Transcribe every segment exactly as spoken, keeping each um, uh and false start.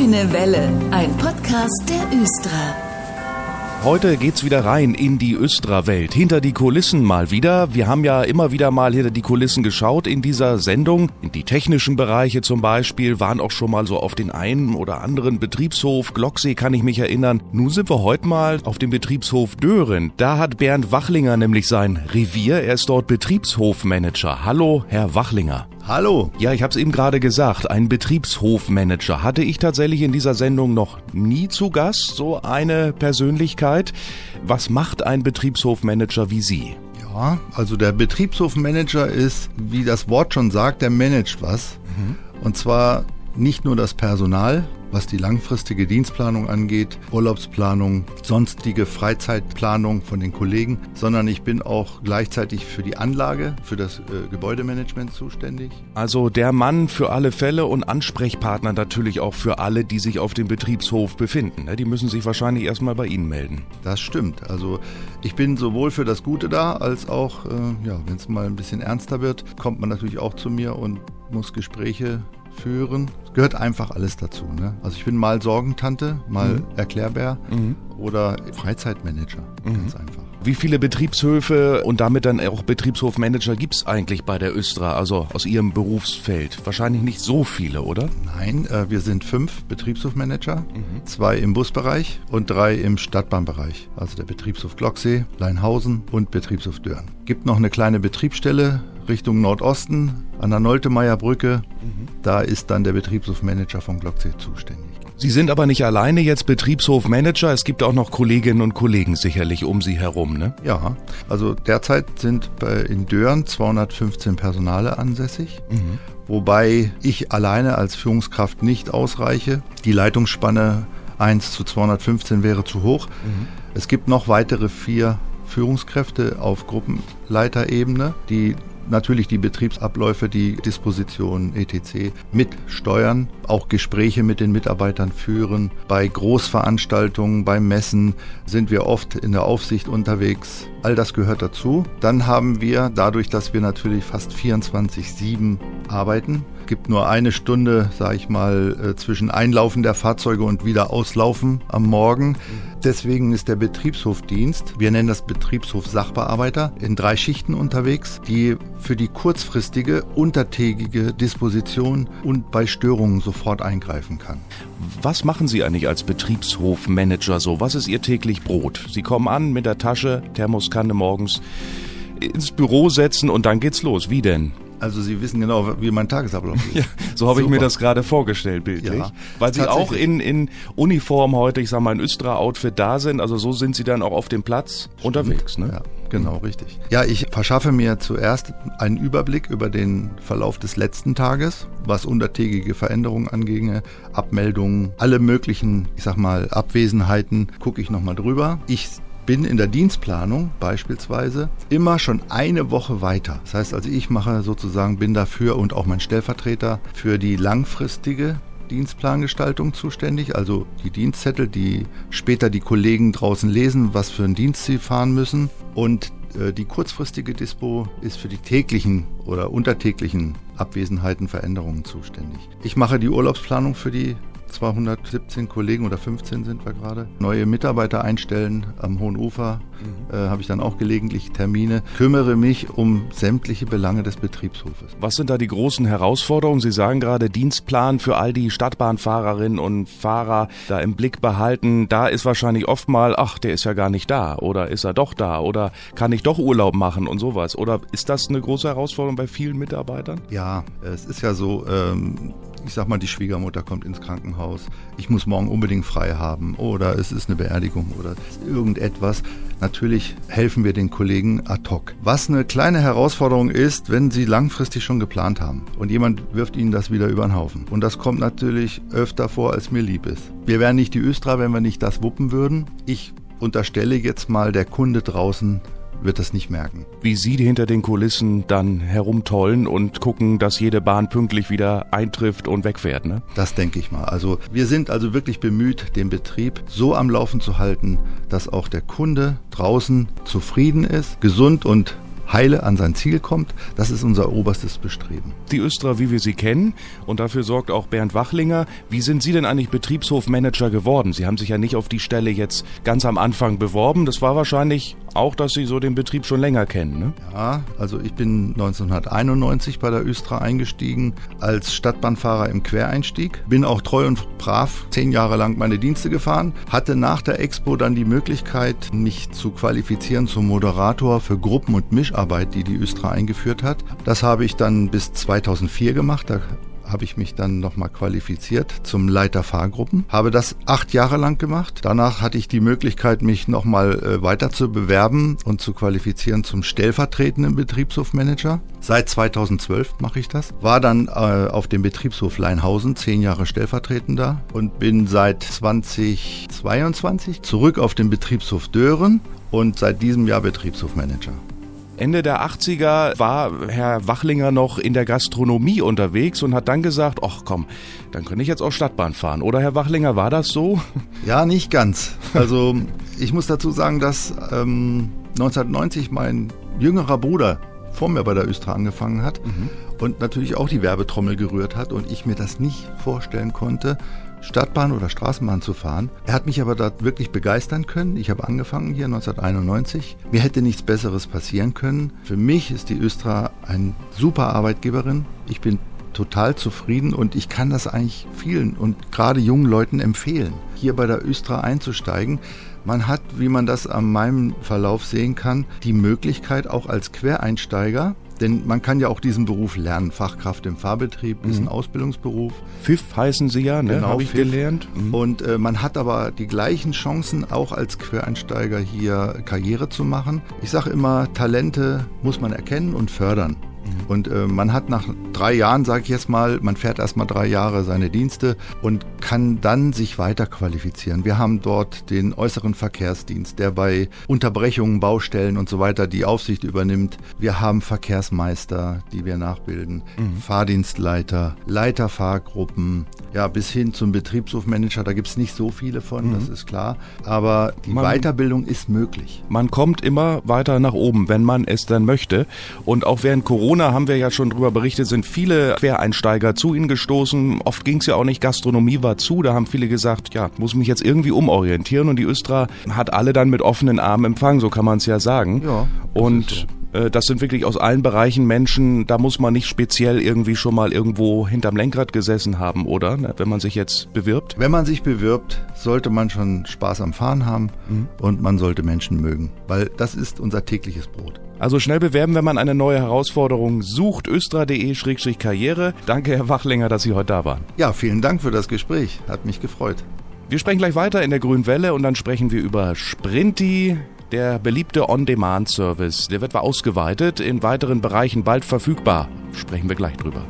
Grüne Welle, ein Podcast der Östra. Heute geht's wieder rein in die Östra-Welt, hinter die Kulissen mal wieder. Wir haben ja immer wieder mal hinter die Kulissen geschaut in dieser Sendung. In die technischen Bereiche zum Beispiel, waren auch schon mal so auf den einen oder anderen Betriebshof. Glocksee kann ich mich erinnern. Nun sind wir heute mal auf dem Betriebshof Dören. Da hat Bernd Wachlinger nämlich sein Revier. Er ist dort Betriebshofmanager. Hallo, Herr Wachlinger. Hallo. Ja, ich habe es eben gerade gesagt, ein Betriebshofmanager hatte ich tatsächlich in dieser Sendung noch nie zu Gast, so eine Persönlichkeit. Was macht ein Betriebshofmanager wie Sie? Ja, also der Betriebshofmanager ist, wie das Wort schon sagt, der managt was. Mhm. Und zwar nicht nur das Personal, was die langfristige Dienstplanung angeht, Urlaubsplanung, sonstige Freizeitplanung von den Kollegen, sondern ich bin auch gleichzeitig für die Anlage, für das äh, Gebäudemanagement zuständig. Also der Mann für alle Fälle und Ansprechpartner natürlich auch für alle, die sich auf dem Betriebshof befinden. Die müssen sich wahrscheinlich erstmal bei Ihnen melden. Das stimmt. Also ich bin sowohl für das Gute da, als auch, äh, ja, wenn es mal ein bisschen ernster wird, kommt man natürlich auch zu mir und muss Gespräche führen. Es gehört einfach alles dazu. Ne? Also ich bin mal Sorgentante, mal mhm. Erklärbär mhm. oder Freizeitmanager, mhm. ganz einfach. Wie viele Betriebshöfe und damit dann auch Betriebshofmanager gibt es eigentlich bei der Östra, also aus Ihrem Berufsfeld? Wahrscheinlich nicht so viele, oder? Nein, äh, wir sind fünf Betriebshofmanager, mhm. zwei im Busbereich und drei im Stadtbahnbereich. Also der Betriebshof Glocksee, Leinhausen und Betriebshof Dören. Gibt noch eine kleine Betriebsstelle Richtung Nordosten an der Noltemeyer-Brücke. Mhm. Da ist dann der Betriebshofmanager von Glocksee zuständig. Sie sind aber nicht alleine jetzt Betriebshofmanager, es gibt auch noch Kolleginnen und Kollegen sicherlich um Sie herum, ne? Ja, also derzeit sind bei, in Dören zweihundertfünfzehn Personale ansässig, mhm. wobei ich alleine als Führungskraft nicht ausreiche. Die Leitungsspanne eins zu zweihundertfünfzehn wäre zu hoch. Mhm. Es gibt noch weitere vier Führungskräfte auf Gruppenleiterebene, die natürlich die Betriebsabläufe, die Dispositionen et cetera mitsteuern, auch Gespräche mit den Mitarbeitern führen. Bei Großveranstaltungen, bei Messen sind wir oft in der Aufsicht unterwegs. All das gehört dazu. Dann haben wir, dadurch, dass wir natürlich fast vierundzwanzig sieben arbeiten, gibt nur eine Stunde, sage ich mal, zwischen Einlaufen der Fahrzeuge und wieder Auslaufen am Morgen. Deswegen ist der Betriebshofdienst, wir nennen das Betriebshof-Sachbearbeiter, in drei Schichten unterwegs, die für die kurzfristige, untertägige Disposition und bei Störungen sofort eingreifen kann. Was machen Sie eigentlich als Betriebshofmanager so? Was ist Ihr täglich Brot? Sie kommen an mit der Tasche, Thermoskanne morgens ins Büro setzen und dann geht's los. Wie denn? Also Sie wissen genau, wie mein Tagesablauf ist. Ja, so habe ich mir das gerade vorgestellt, bildlich. Ja, weil Sie auch in, in Uniform heute, ich sag mal, in Östra-Outfit da sind, also so sind Sie dann auch auf dem Platz Stimmt. unterwegs, ne? Ja, genau, richtig. Ja, ich verschaffe mir zuerst einen Überblick über den Verlauf des letzten Tages, was untertägige Veränderungen anginge, Abmeldungen, alle möglichen, ich sag mal, Abwesenheiten, gucke ich nochmal drüber. Ich bin in der Dienstplanung beispielsweise immer schon eine Woche weiter. Das heißt also, ich mache sozusagen, bin dafür und auch mein Stellvertreter für die langfristige Dienstplangestaltung zuständig, also die Dienstzettel, die später die Kollegen draußen lesen, was für einen Dienst sie fahren müssen. Und äh, die kurzfristige Dispo ist für die täglichen oder untertäglichen Abwesenheiten, Veränderungen zuständig. Ich mache die Urlaubsplanung für die zweihundertsiebzehn Kollegen oder fünfzehn sind wir gerade. Neue Mitarbeiter einstellen am Hohen Ufer, mhm. äh, habe ich dann auch gelegentlich Termine. Kümmere mich um sämtliche Belange des Betriebshofes. Was sind da die großen Herausforderungen? Sie sagen gerade Dienstplan für all die Stadtbahnfahrerinnen und Fahrer da im Blick behalten. Da ist wahrscheinlich oft mal, ach, der ist ja gar nicht da oder ist er doch da oder kann ich doch Urlaub machen und sowas. Oder ist das eine große Herausforderung bei vielen Mitarbeitern? Ja, es ist ja so, ähm, ich sag mal, die Schwiegermutter kommt ins Krankenhaus, ich muss morgen unbedingt frei haben oder es ist eine Beerdigung oder irgendetwas. Natürlich helfen wir den Kollegen ad hoc. Was eine kleine Herausforderung ist, wenn sie langfristig schon geplant haben und jemand wirft ihnen das wieder über den Haufen. Und das kommt natürlich öfter vor, als mir lieb ist. Wir wären nicht die Östra, wenn wir nicht das wuppen würden. Ich unterstelle jetzt mal, der Kunde draußen wird das nicht merken. Wie Sie hinter den Kulissen dann herumtollen und gucken, dass jede Bahn pünktlich wieder eintrifft und wegfährt, ne? Das denke ich mal. Also wir sind also wirklich bemüht, den Betrieb so am Laufen zu halten, dass auch der Kunde draußen zufrieden ist, gesund und heile an sein Ziel kommt. Das ist unser oberstes Bestreben. Die Östra, wie wir sie kennen, und dafür sorgt auch Bernd Wachlinger. Wie sind Sie denn eigentlich Betriebshofmanager geworden? Sie haben sich ja nicht auf die Stelle jetzt ganz am Anfang beworben. Das war wahrscheinlich auch, dass Sie so den Betrieb schon länger kennen, ne? Ja, also ich bin neunzehnhunderteinundneunzig bei der Östra eingestiegen als Stadtbahnfahrer im Quereinstieg. Bin auch treu und brav zehn Jahre lang meine Dienste gefahren. Hatte nach der Expo dann die Möglichkeit, mich zu qualifizieren zum Moderator für Gruppen- und Mischarbeit, die die Östra eingeführt hat. Das habe ich dann bis zweitausendvier gemacht. Da habe ich mich dann nochmal qualifiziert zum Leiter Fahrgruppen. Habe das acht Jahre lang gemacht. Danach hatte ich die Möglichkeit, mich nochmal äh, weiter zu bewerben und zu qualifizieren zum stellvertretenden Betriebshofmanager. Seit zweitausendzwölf mache ich das. War dann äh, auf dem Betriebshof Leinhausen zehn Jahre stellvertretender und bin seit zweitausendzweiundzwanzig zurück auf dem Betriebshof Dören und seit diesem Jahr Betriebshofmanager. Ende der achtziger war Herr Wachlinger noch in der Gastronomie unterwegs und hat dann gesagt, ach komm, dann könnte ich jetzt auch Stadtbahn fahren. Oder Herr Wachlinger, war das so? Ja, nicht ganz. Also ich muss dazu sagen, dass ähm, neunzehnhundertneunzig mein jüngerer Bruder vor mir bei der Östra angefangen hat mhm. und natürlich auch die Werbetrommel gerührt hat und ich mir das nicht vorstellen konnte, Stadtbahn oder Straßenbahn zu fahren. Er hat mich aber da wirklich begeistern können. Ich habe angefangen hier neunzehnhunderteinundneunzig. Mir hätte nichts Besseres passieren können. Für mich ist die Östra eine super Arbeitgeberin. Ich bin total zufrieden und ich kann das eigentlich vielen und gerade jungen Leuten empfehlen, hier bei der Östra einzusteigen. Man hat, wie man das an meinem Verlauf sehen kann, die Möglichkeit auch als Quereinsteiger, denn man kann ja auch diesen Beruf lernen. Fachkraft im Fahrbetrieb ist ein Ausbildungsberuf. F I F heißen Sie ja, ne? Genau, habe ich F I F. gelernt. Mhm. Und äh, man hat aber die gleichen Chancen, auch als Quereinsteiger hier Karriere zu machen. Ich sage immer, Talente muss man erkennen und fördern. Und äh, man hat nach drei Jahren, sage ich jetzt mal, man fährt erstmal drei Jahre seine Dienste und kann dann sich weiter qualifizieren. Wir haben dort den äußeren Verkehrsdienst, der bei Unterbrechungen, Baustellen und so weiter die Aufsicht übernimmt. Wir haben Verkehrsmeister, die wir nachbilden, mhm. Fahrdienstleiter, Leiter Fahrgruppen, ja, bis hin zum Betriebshofmanager. Da gibt es nicht so viele von, mhm. das ist klar. Aber die man, Weiterbildung ist möglich. Man kommt immer weiter nach oben, wenn man es dann möchte. Und auch während Corona haben wir ja schon drüber berichtet, sind viele Quereinsteiger zu Ihnen gestoßen. Oft ging es ja auch nicht, Gastronomie war zu. Da haben viele gesagt, ja, muss mich jetzt irgendwie umorientieren. Und die Östra hat alle dann mit offenen Armen empfangen, so kann man es ja sagen. Ja, und äh, das sind wirklich aus allen Bereichen Menschen, da muss man nicht speziell irgendwie schon mal irgendwo hinterm Lenkrad gesessen haben, oder? Wenn man sich jetzt bewirbt? Wenn man sich bewirbt, sollte man schon Spaß am Fahren haben mhm. und man sollte Menschen mögen, weil das ist unser tägliches Brot. Also schnell bewerben, wenn man eine neue Herausforderung sucht. östra punkt de Schrägstrich Karriere. Danke, Herr Wachlinger, dass Sie heute da waren. Ja, vielen Dank für das Gespräch. Hat mich gefreut. Wir sprechen gleich weiter in der Grünen Welle und dann sprechen wir über Sprinti, der beliebte On-Demand-Service. Der wird ausgeweitet, in weiteren Bereichen bald verfügbar. Sprechen wir gleich drüber.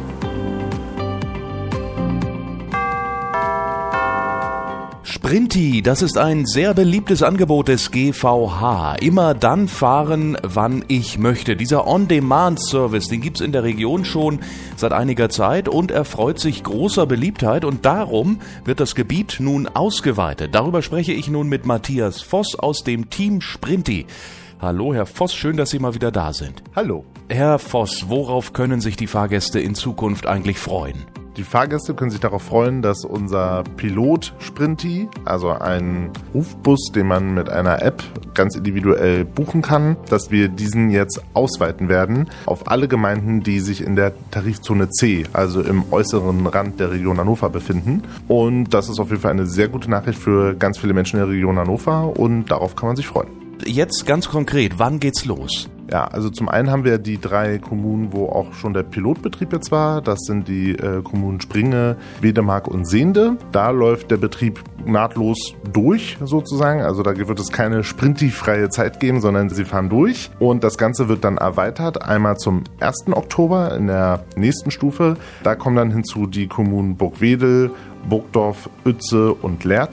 Sprinti, das ist ein sehr beliebtes Angebot des G V H. Immer dann fahren, wann ich möchte. Dieser On-Demand-Service, den gibt's in der Region schon seit einiger Zeit und erfreut sich großer Beliebtheit. Und darum wird das Gebiet nun ausgeweitet. Darüber spreche ich nun mit Matthias Voss aus dem Team Sprinti. Hallo, Herr Voss, schön, dass Sie mal wieder da sind. Hallo. Herr Voss, worauf können sich die Fahrgäste in Zukunft eigentlich freuen? Die Fahrgäste können sich darauf freuen, dass unser Pilot Sprinti, also ein Rufbus, den man mit einer App ganz individuell buchen kann, dass wir diesen jetzt ausweiten werden auf alle Gemeinden, die sich in der Tarifzone C, also im äußeren Rand der Region Hannover befinden. Und das ist auf jeden Fall eine sehr gute Nachricht für ganz viele Menschen in der Region Hannover und darauf kann man sich freuen. Jetzt ganz konkret, wann geht's los? Ja, also zum einen haben wir die drei Kommunen, wo auch schon der Pilotbetrieb jetzt war. Das sind die äh, Kommunen Springe, Wedemark und Sehnde. Da läuft der Betrieb nahtlos durch sozusagen. Also da wird es keine sprintifreie Zeit geben, sondern sie fahren durch. Und das Ganze wird dann erweitert, einmal zum ersten Oktober in der nächsten Stufe. Da kommen dann hinzu die Kommunen Burgwedel, Burgdorf, Uetze und Lehrte.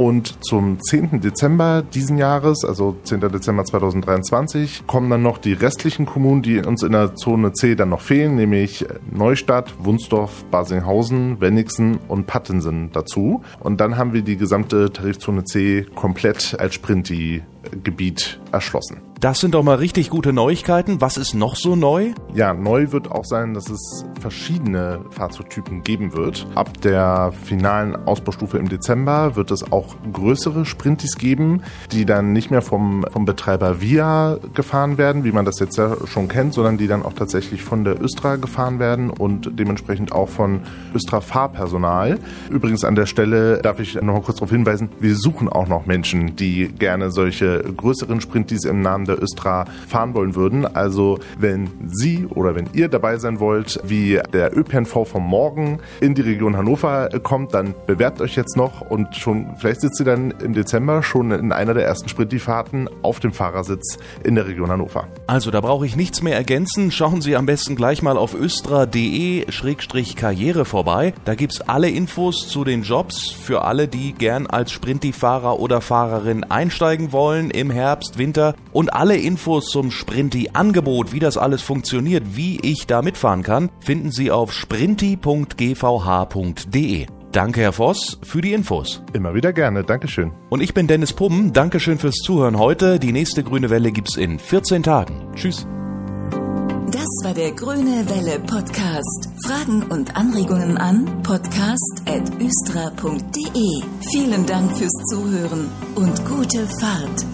Und zum zehnten Dezember diesen Jahres, also zehnten Dezember zweitausenddreiundzwanzig, kommen dann noch die restlichen Kommunen, die uns in der Zone C dann noch fehlen, nämlich Neustadt, Wunsdorf, Barsinghausen, Wenigsen und Pattensen dazu. Und dann haben wir die gesamte Tarifzone C komplett als Sprinti-Gebiet erschlossen. Das sind doch mal richtig gute Neuigkeiten. Was ist noch so neu? Ja, neu wird auch sein, dass es verschiedene Fahrzeugtypen geben wird. Ab der finalen Ausbaustufe im Dezember wird es auch größere Sprintis geben, die dann nicht mehr vom, vom Betreiber V I A gefahren werden, wie man das jetzt ja schon kennt, sondern die dann auch tatsächlich von der Östra gefahren werden und dementsprechend auch von Östra-Fahrpersonal. Übrigens an der Stelle darf ich noch mal kurz darauf hinweisen, wir suchen auch noch Menschen, die gerne solche größeren Sprintis im Namen der Östra fahren wollen würden. Also wenn Sie oder wenn ihr dabei sein wollt, wie der Ö P N V vom Morgen in die Region Hannover kommt, dann bewerbt euch jetzt noch und schon vielleicht sitzt ihr dann im Dezember schon in einer der ersten Sprinti-Fahrten auf dem Fahrersitz in der Region Hannover. Also da brauche ich nichts mehr ergänzen. Schauen Sie am besten gleich mal auf östra punkt de Schrägstrich Karriere vorbei. Da gibt's alle Infos zu den Jobs für alle, die gern als Sprinti-Fahrer oder Fahrerin einsteigen wollen im Herbst, Winter und alle Infos zum Sprinti-Angebot, wie das alles funktioniert, wie ich da mitfahren kann, finden Sie auf sprinti punkt g v h punkt de. Danke, Herr Voss, für die Infos. Immer wieder gerne, Dankeschön. Und ich bin Dennis Pumm, Dankeschön fürs Zuhören heute. Die nächste Grüne Welle gibt's in vierzehn Tagen. Tschüss. Das war der Grüne Welle Podcast. Fragen und Anregungen an podcast at östra punkt de. Vielen Dank fürs Zuhören und gute Fahrt.